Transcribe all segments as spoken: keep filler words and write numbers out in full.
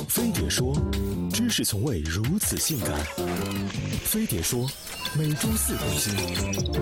飞碟说，知识从未如此性感。飞碟说，每周四更新。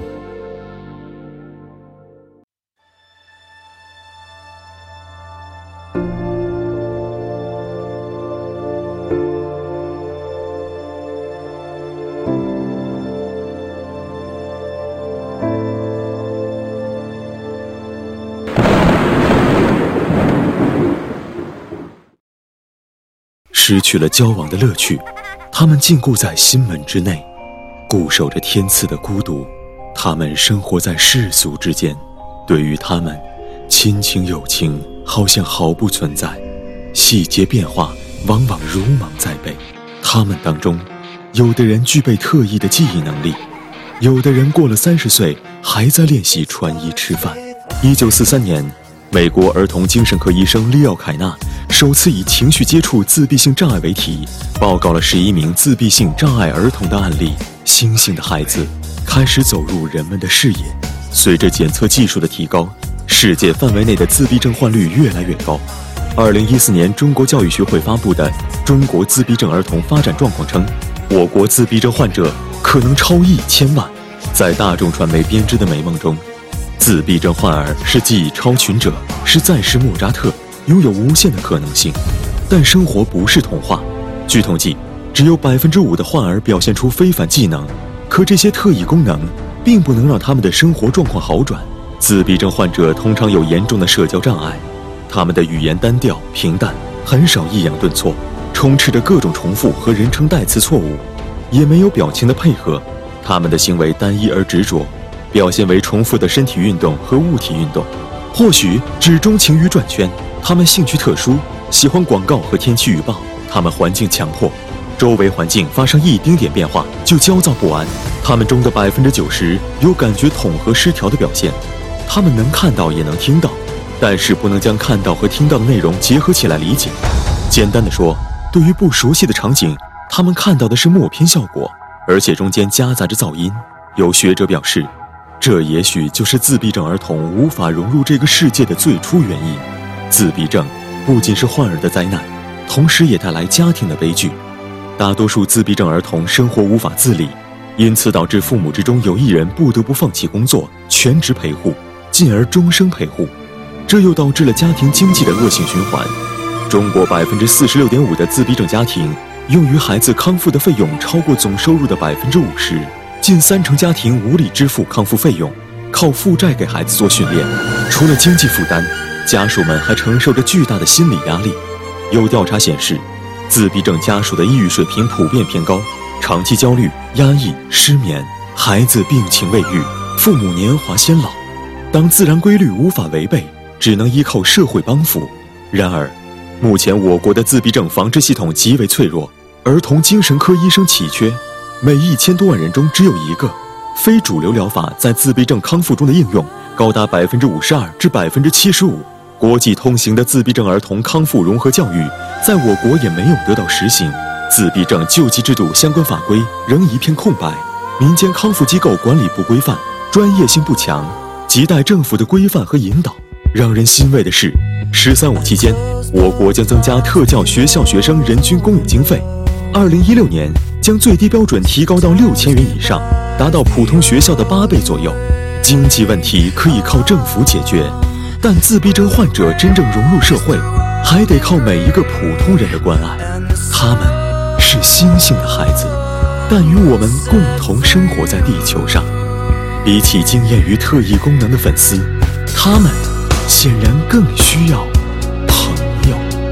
失去了交往的乐趣，他们禁锢在心门之内，固守着天赐的孤独。他们生活在世俗之间，对于他们，亲情友情好像毫不存在，细节变化往往如芒在背。他们当中，有的人具备特异的记忆能力，有的人过了三十岁还在练习穿衣吃饭。一九四三年，美国儿童精神科医生利奥凯纳首次以情绪接触自闭性障碍为题，报告了十一名自闭性障碍儿童的案例。星星的孩子开始走入人们的视野。随着检测技术的提高，世界范围内的自闭症患率越来越高。二零一四年，中国教育学会发布的《中国自闭症儿童发展状况》称，我国自闭症患者可能超一千万。在大众传媒编织的美梦中，自闭症患儿是记忆超群者，是在世莫扎特，拥有无限的可能性。但生活不是童话。据统计，只有 百分之五 的患儿表现出非凡技能，可这些特异功能并不能让他们的生活状况好转。自闭症患者通常有严重的社交障碍，他们的语言单调平淡，很少抑扬顿挫，充斥着各种重复和人称代词错误，也没有表情的配合。他们的行为单一而执着，表现为重复的身体运动和物体运动，或许只钟情于转圈。他们兴趣特殊，喜欢广告和天气预报。他们环境强迫，周围环境发生一丁点变化就焦躁不安。他们中的 百分之九十 有感觉统合失调的表现。他们能看到也能听到，但是不能将看到和听到的内容结合起来理解。简单的说，对于不熟悉的场景，他们看到的是默片效果，而且中间夹杂着噪音。有学者表示，这也许就是自闭症儿童无法融入这个世界的最初原因。自闭症不仅是患儿的灾难，同时也带来家庭的悲剧。大多数自闭症儿童生活无法自理，因此导致父母之中有一人不得不放弃工作，全职陪护，进而终生陪护。这又导致了家庭经济的恶性循环。中国 百分之四十六点五 的自闭症家庭用于孩子康复的费用超过总收入的 百分之五十， 近三成家庭无力支付康复费用，靠负债给孩子做训练。除了经济负担，家属们还承受着巨大的心理压力。有调查显示，自闭症家属的抑郁水平普遍偏高，长期焦虑、压抑、失眠，孩子病情未愈，父母年华先老。当自然规律无法违背，只能依靠社会帮扶。然而，目前我国的自闭症防治系统极为脆弱，儿童精神科医生奇缺，每一千多万人中只有一个。非主流疗法在自闭症康复中的应用高达 百分之五十二 至 百分之七十五。国际通行的自闭症儿童康复融合教育在我国也没有得到实行，自闭症救济制度相关法规仍一片空白，民间康复机构管理不规范，专业性不强，亟待政府的规范和引导。让人欣慰的是，十三五期间，我国将增加特教学校学生人均公有经费，二零一六年将最低标准提高到六千元以上，达到普通学校的八倍左右。经济问题可以靠政府解决，但自闭症患者真正融入社会，还得靠每一个普通人的关爱。他们是星星的孩子，但与我们共同生活在地球上。比起惊艳于特异功能的粉丝，他们显然更需要朋友。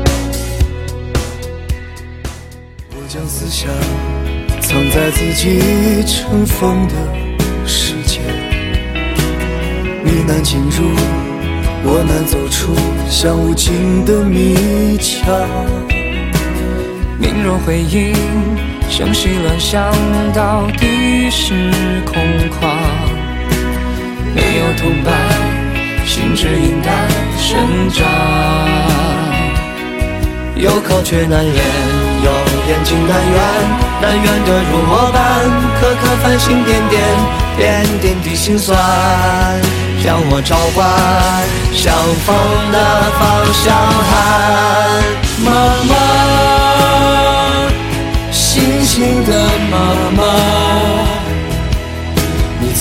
我将思想藏在自己尘封的世界，你难进入，我难走出像无尽的迷墙。 明若回应，生息乱想，到底是空旷。没有同伴，心智应该生长。 有口却难言，有眼睛难圆，难圆的如模板，颗颗繁星点点，点点滴心酸，将我召唤，相逢的方向喊妈妈。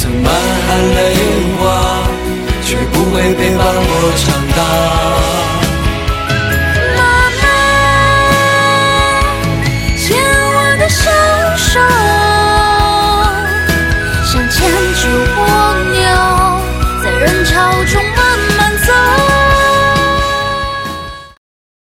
曾满含泪花，却不会陪伴我长大。 妈妈，牵我的小手，想牵住